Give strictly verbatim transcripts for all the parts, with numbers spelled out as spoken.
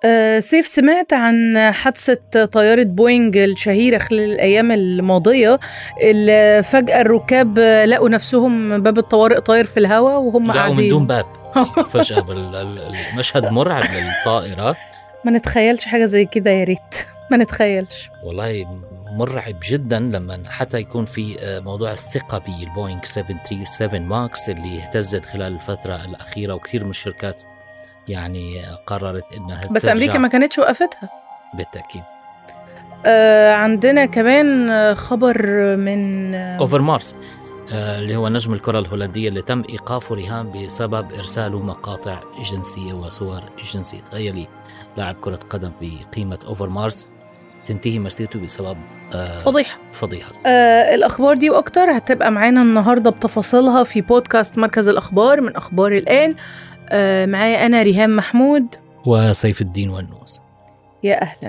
أه سيف، سمعت عن حادثة طيارة بوينج الشهيرة خلال الأيام الماضية اللي فجأة الركاب لقوا نفسهم باب الطوارئ طاير في الهواء وهم لقوا قاعدين من دون باب فجأة. المشهد مرعب للطائرة. ما نتخيلش حاجة زي كده، يا ريت ما نتخيلش. والله مرعب جدا لما حتى يكون في موضوع الثقة بالبوينغ سبعمية وثلاثة وسبعين ماكس اللي اهتزت خلال الفترة الأخيرة، وكثير من الشركات يعني قررت إنها بس ترجع. أمريكا ما كانتش وقفتها بالتأكيد. آه عندنا كمان خبر من أوفر مارس آه اللي هو نجم الكرة الهولندية اللي تم إيقافه رهان بسبب إرساله مقاطع جنسية وصور جنسية. تخيلي لاعب كرة قدم بقيمة أوفر مارس تنتهي مسيرته بسبب آه فضيحة فضيحة. آه الأخبار دي وأكتر هتبقى معانا النهاردة بتفاصيلها في بودكاست مركز الأخبار من أخبار الآن. آه معايا أنا ريهام محمود وسيف الدين والنوس. يا أهلا.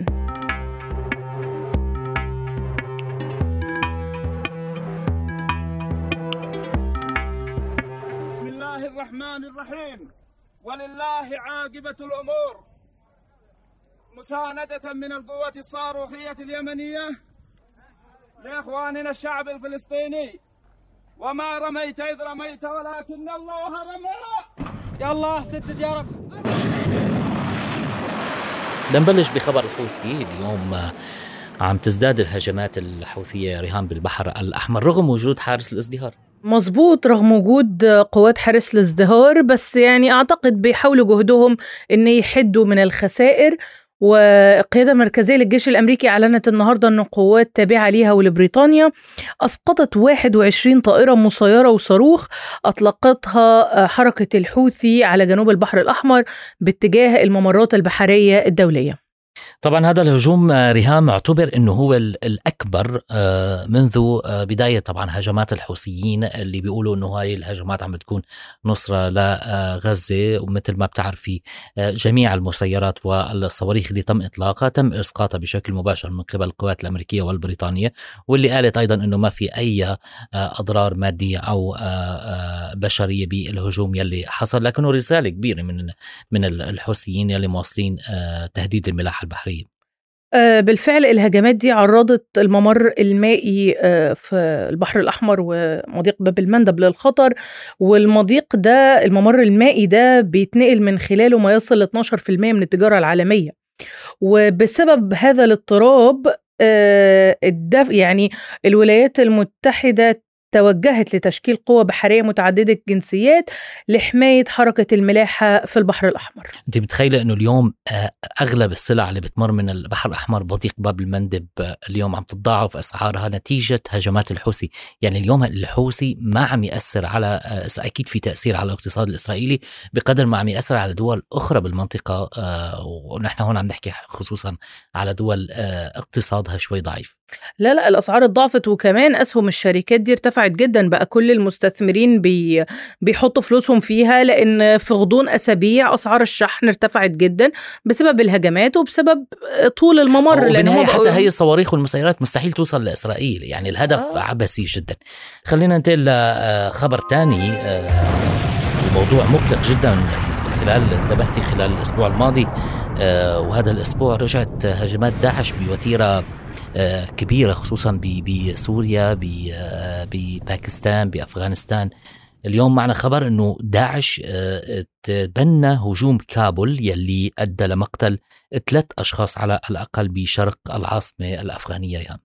بسم الله الرحمن الرحيم، ولله عاقبة الأمور. مساندة من القوة الصاروخية اليمنية لإخواننا الشعب الفلسطيني. وما رميت إذ رميت ولكن الله رمى. يا الله سدد يا رب. نبلش بخبر الحوثي. اليوم عم تزداد الهجمات الحوثية رهان بالبحر الأحمر رغم وجود حارس الازدهار. مظبوط، رغم وجود قوات حرس الازدهار، بس يعني أعتقد بيحاولوا جهدهم إن يحدوا من الخسائر. والقيادة المركزية للجيش الأمريكي أعلنت النهاردة أن قوات تابعة ليها ولبريطانيا أسقطت واحد وعشرين طائرة مسيرة وصاروخ أطلقتها حركة الحوثي على جنوب البحر الأحمر باتجاه الممرات البحرية الدولية. طبعا هذا الهجوم رهام اعتبر انه هو الأكبر منذ بداية طبعا هجمات الحوثيين اللي بيقولوا انه هاي الهجمات عم تكون نصرة لغزة. ومثل ما بتعرفي جميع المسيرات والصواريخ اللي تم اطلاقها تم اسقاطها بشكل مباشر من قبل القوات الامريكية والبريطانية، واللي قالت ايضا انه ما في اي اضرار مادية او بشرية بالهجوم يلي حصل، لكنه رسالة كبيرة من من الحوثيين يلي مواصلين تهديد الملاحة البحرية. بالفعل الهجمات دي عرضت الممر المائي في البحر الأحمر ومضيق باب المندب للخطر، والمضيق ده الممر المائي ده بيتنقل من خلاله ما يصل ل اثناشر بالمئة من التجارة العالمية. وبسبب هذا الاضطراب يعني الولايات المتحدة توجهت لتشكيل قوة بحرية متعددة الجنسيات لحماية حركة الملاحة في البحر الأحمر. أنت متخيلة أنه اليوم أغلب السلع اللي بتمر من البحر الأحمر بضيق باب المندب اليوم عم تتضاعف أسعارها نتيجة هجمات الحوثي. يعني اليوم الحوثي ما عم يأثر على، أكيد في تأثير على الاقتصاد الإسرائيلي بقدر ما عم يأثر على دول أخرى بالمنطقة، ونحن هون عم نحكي خصوصا على دول اقتصادها شوي ضعيف. لا لا الأسعار اتضاعفت، وكمان أسهم الشركات دي ارتفعت جدا. بقى كل المستثمرين بي بيحطوا فلوسهم فيها، لأن في غضون أسابيع أسعار الشحن ارتفعت جدا بسبب الهجمات وبسبب طول الممر. لأنه حتى هي الصواريخ والمسيرات مستحيل توصل لإسرائيل، يعني الهدف آه. عبثي جدا. خلينا ننتقل لخبر تاني. الموضوع مقلق جدا. خلال انتبهتي خلال الأسبوع الماضي وهذا الأسبوع رجعت هجمات داعش بوتيرة كبيرة، خصوصا بسوريا، بباكستان، بأفغانستان. اليوم معنا خبر أنه داعش تبنى هجوم كابول يلي أدى لمقتل ثلاث أشخاص على الأقل بشرق العاصمة الأفغانية ريهام.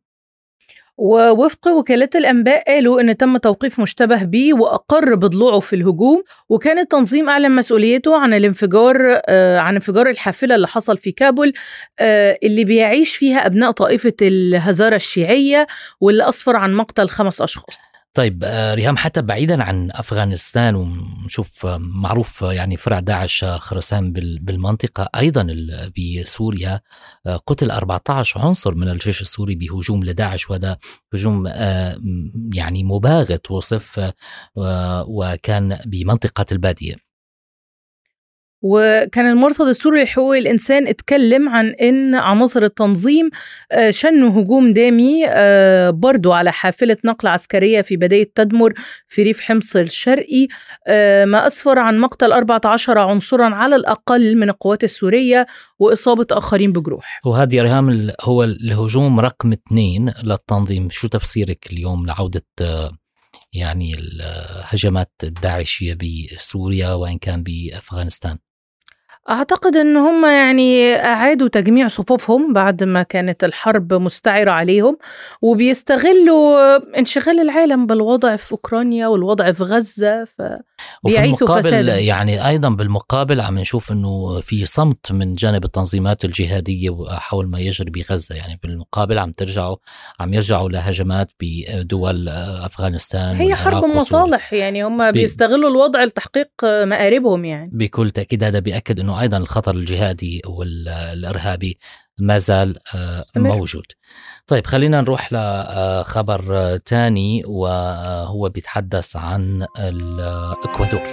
ووفق وكالات الأنباء قالوا إن تم توقيف مشتبه به وأقر بضلوعه في الهجوم، وكان التنظيم أعلن مسؤوليته عن الانفجار آه عن انفجار الحافلة اللي حصل في كابول آه اللي بيعيش فيها أبناء طائفة الهزارة الشيعية، واللي أسفر عن مقتل خمس أشخاص. طيب ريهام، حتى بعيدا عن أفغانستان ونشوف معروف يعني فرع داعش خرسان بالمنطقة، أيضا بسوريا قتل أربعة عشر عنصر من الجيش السوري بهجوم لداعش، وهذا هجوم يعني مباغت وصف، وكان بمنطقة البادية. وكان المرصد السوري لحقوق الإنسان اتكلم عن إن عناصر التنظيم شنوا هجوم دامي برضو على حافلة نقل عسكرية في بداية تدمر في ريف حمص الشرقي، ما أسفر عن مقتل أربعة عشر عنصرا على الأقل من القوات السورية وإصابة آخرين بجروح. وهذا يا ريهام هو الهجوم رقم اثنين للتنظيم. شو تفسيرك اليوم لعودة يعني الهجمات الداعشية بسوريا وإن كان بأفغانستان؟ أعتقد أن هم يعني أعادوا تجميع صفوفهم بعد ما كانت الحرب مستعرة عليهم، وبيستغلوا انشغال العالم بالوضع في أوكرانيا والوضع في غزة، فبيعيثوا فسادا. يعني أيضا بالمقابل عم نشوف أنه في صمت من جانب التنظيمات الجهادية حول ما يجري بغزة. يعني بالمقابل عم ترجعوا عم يرجعوا لهجمات بدول أفغانستان. هي حرب مصالح، يعني هم بيستغلوا الوضع لتحقيق مآربهم. يعني بكل تأكيد هذا بيأكد أنه أيضا الخطر الجهادي والإرهابي ما زال موجود. طيب خلينا نروح لخبر تاني وهو بيتحدث عن الإكوادور.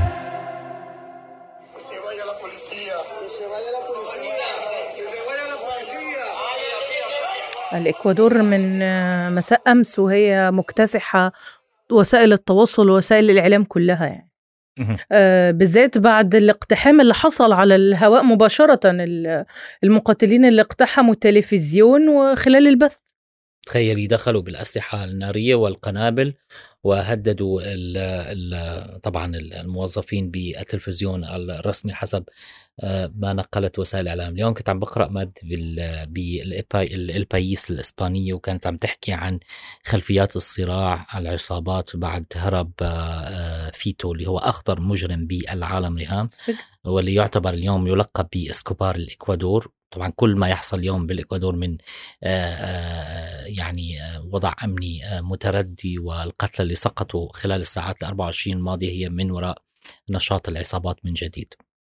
الإكوادور من مساء أمس وهي مكتسحة وسائل التواصل ووسائل الإعلام كلها، يعني آه بالذات بعد الاقتحام اللي حصل على الهواء مباشرة، المقاتلين اللي اقتحموا التلفزيون وخلال البث. تخيلي دخلوا بالأسلحة النارية والقنابل وهددوا ال ال طبعا الموظفين بالتلفزيون الرسمي حسب ما نقلت وسائل الإعلام. اليوم كنت عم بقرأ ماد بالبايس الإسبانية وكانت عم تحكي عن خلفيات الصراع العصابات بعد هرب فيتو اللي هو أخطر مجرم بالعالم ريهام، واللي يعتبر اليوم يلقب بإسكوبار الإكوادور. طبعا كل ما يحصل اليوم بالإكوادور من يعني وضع أمني متردي والقتلى اللي سقطوا خلال الساعات الأربع وعشرين الماضية هي من وراء نشاط العصابات من جديد.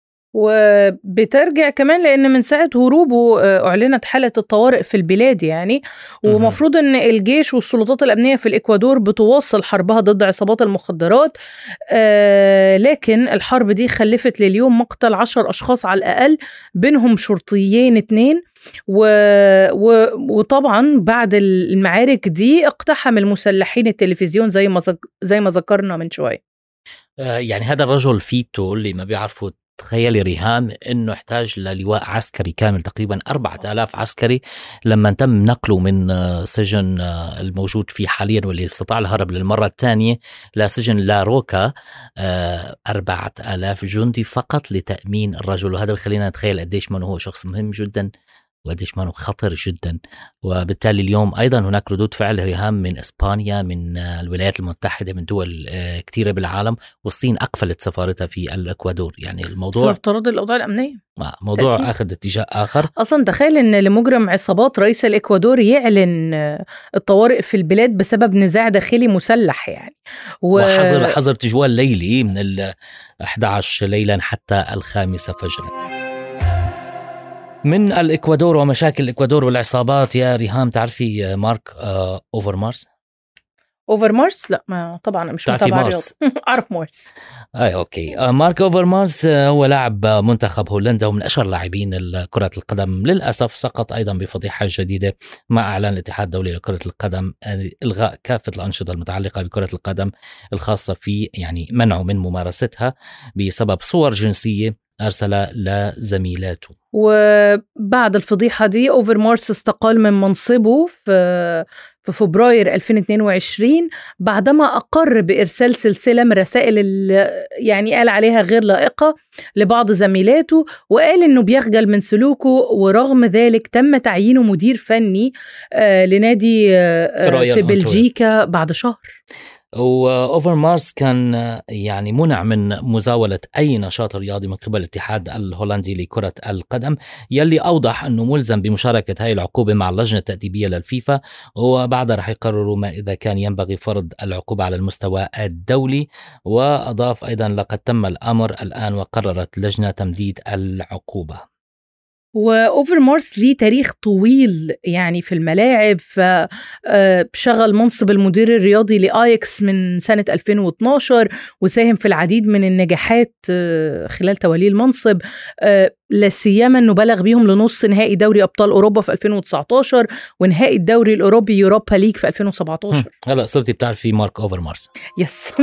وبترجع كمان لأن من ساعة هروبه أعلنت حالة الطوارئ في البلاد، يعني ومفروض أن الجيش والسلطات الأمنية في الإكوادور بتواصل حربها ضد عصابات المخدرات، آه لكن الحرب دي خلفت لليوم مقتل عشر أشخاص على الأقل، بينهم شرطيين اتنين، و... و... وطبعا بعد المعارك دي اقتحم المسلحين التلفزيون زي ما زك... زي ما ذكرنا من شوية. آه يعني هذا الرجل فيتو اللي ما بيعرفوا، تخيلي ريهام انه احتاج للواء عسكري كامل تقريبا أربعة آلاف عسكري لما تم نقله من سجن الموجود فيه حاليا واللي استطاع الهرب للمرة الثانية لسجن لاروكا، أربعة آلاف جندي فقط لتأمين الرجل. وهذا بخلينا نتخيل قديش ما هو شخص مهم جدا وقديش ما هو خطر جدا. وبالتالي اليوم أيضا هناك ردود فعل ريهام من إسبانيا، من الولايات المتحدة، من دول كثيرة بالعالم، والصين أقفلت سفارتها في الإكوادور. يعني الموضوع افتراض الأوضاع الأمنية، موضوع تأكيد. أخذ اتجاه آخر. أصلا تخيل أن لمجرم عصابات رئيس الإكوادور يعلن الطوارئ في البلاد بسبب نزاع داخلي مسلح، يعني و... وحظر حظر تجوال ليلي من الأحد عشر ليلا حتى الخامسة فجرا. من الإكوادور ومشاكل الإكوادور والعصابات يا ريهام، تعرفي مارك آه أوفر مارس؟ أوفر مارس؟ لا ما طبعا مش متابعة رياضة. أعرف مارس. أي أوكي. آه مارك أوفر مارس آه هو لاعب منتخب هولندا ومن أشهر لاعبين كرة القدم. للأسف سقط أيضا بفضيحة جديدة مع إعلان الاتحاد الدولي لكرة القدم إلغاء كافة الأنشطة المتعلقة بكرة القدم الخاصة في يعني منعه من ممارستها بسبب صور جنسية أرسل لزميلاته. وبعد الفضيحة دي أوفر مارس استقال من منصبه في في فبراير ألفين واثنين وعشرين بعدما أقر بإرسال سلسلة من رسائل يعني قال عليها غير لائقة لبعض زميلاته، وقال إنه بيخجل من سلوكه، ورغم ذلك تم تعيينه مدير فني آه لنادي آه في بلجيكا بعد شهر. وأوفر مارس كان يعني منع من مزاولة أي نشاط رياضي من قبل الاتحاد الهولندي لكرة القدم، يلي أوضح أنه ملزم بمشاركة هاي العقوبة مع اللجنة التأديبية للفيفا، وبعدها رح يقرروا ما إذا كان ينبغي فرض العقوبة على المستوى الدولي. وأضاف أيضا لقد تم الأمر الآن وقررت لجنة تمديد العقوبة. وأوفر مارس ليه تاريخ طويل يعني في الملاعب، فشغل منصب المدير الرياضي لآيكس من سنة ألفين واثناشر، وساهم في العديد من النجاحات خلال توليه المنصب، لا سيما انه بلغ بيهم لنص نهائي دوري ابطال اوروبا في ألفين وتسعتاشر ونهائي الدوري الاوروبي يوروبا ليج في ألفين وسبعتاشر. هلا صرتي بتعرفي مارك أوفر مارس. يس.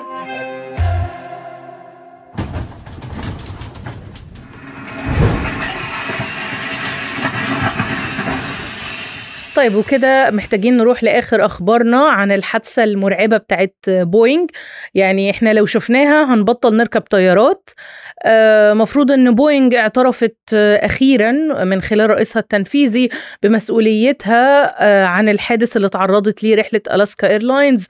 طيب وكده محتاجين نروح لآخر أخبارنا عن الحادثة المرعبة بتاعت بوينج. يعني إحنا لو شفناها هنبطل نركب طيارات. آه مفروض أن بوينج اعترفت آه أخيرا من خلال رئيسها التنفيذي بمسؤوليتها آه عن الحادث اللي تعرضت ليه رحلة ألاسكا إيرلاينز،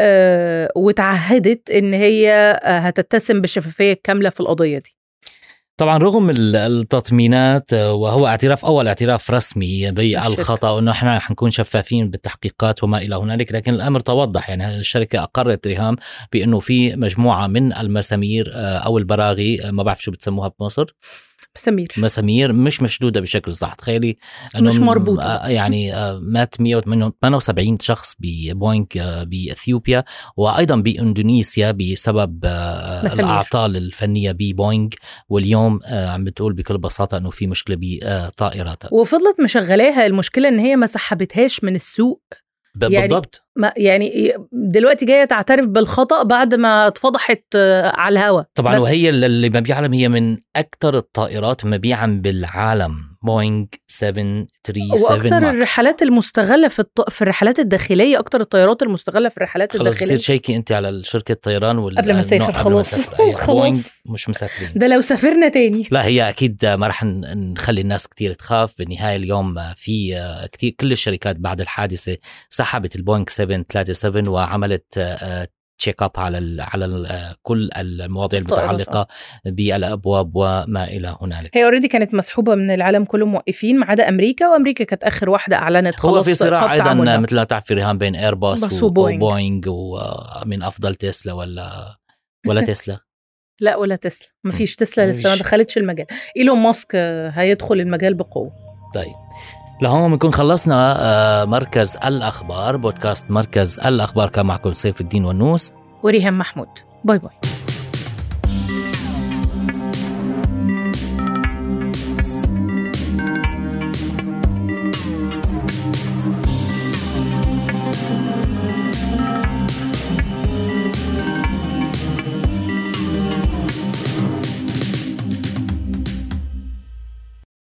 آه وتعهدت أن هي آه هتتسم بالشفافية الكاملة في القضية دي. طبعا رغم التطمينات، وهو اعتراف أول اعتراف رسمي بالخطأ وأنه احنا حنكون شفافين بالتحقيقات وما إلى هنالك، لكن الأمر توضح. يعني الشركة أقرت ريهام بأنه في مجموعة من المسامير أو البراغي، ما بعرف شو بتسموها بمصر، مسامير مسامير مش مشدودة بشكل صح. تخيلي مش مربوطة. يعني مات مية وثمانية وسبعين شخص ببوينغ بإثيوبيا، وأيضا بإندونيسيا بسبب مسامير. الأعطال الفنية ببوينغ، واليوم عم بتقول بكل بساطة أنه في مشكلة بطائراتها، وفضلت مشغلاها. المشكلة أن هي ما سحبتهاش من السوق بالضبط. يعني, يعني دلوقتي جاية تعترف بالخطأ بعد ما اتفضحت على الهواء. طبعا بس. وهي اللي ما بيعلم هي من أكثر الطائرات مبيعا بالعالم، بوينغ سبعمية وثلاثة وثلاثين وأكثر ماكس. الرحلات المستغلة في الط... في الرحلات الداخلية، أكثر الطيارات المستغلة في الرحلات خلاص الداخلية. خلاص شيكي أنت على شركة الطيران وال... قبل ما نسافر خلاص. خلاص مش مسافرين. ده لو سافرنا تاني. لا هي أكيد ما رح نخلي الناس كتير تخاف. بالنهاية اليوم في كتير كل الشركات بعد الحادثة سحبت البوينغ سبعمية وثلاثة وثلاثين وعملت تشيك اب على ال على ال كل المواضيع المتعلقه بالابواب وما الى هنالك. هي اوريدي كانت مسحوبه من العالم كله، موقفين ما عدا امريكا، وامريكا كانت اخر واحده اعلنت خلاص. هو في صراع ايضا مثل ما تعرف ريهام بين ايرباص وبوينغ، ومن افضل تسلا ولا ولا تسلا. لا ولا تسلا، ما فيش تسلا لسه ما دخلتش المجال. إيلون ماسك هيدخل المجال بقوه. طيب لهون بنكون خلصنا مركز الأخبار، بودكاست مركز الأخبار. كان معكم سيف الدين ونوس وريهام محمود. باي باي.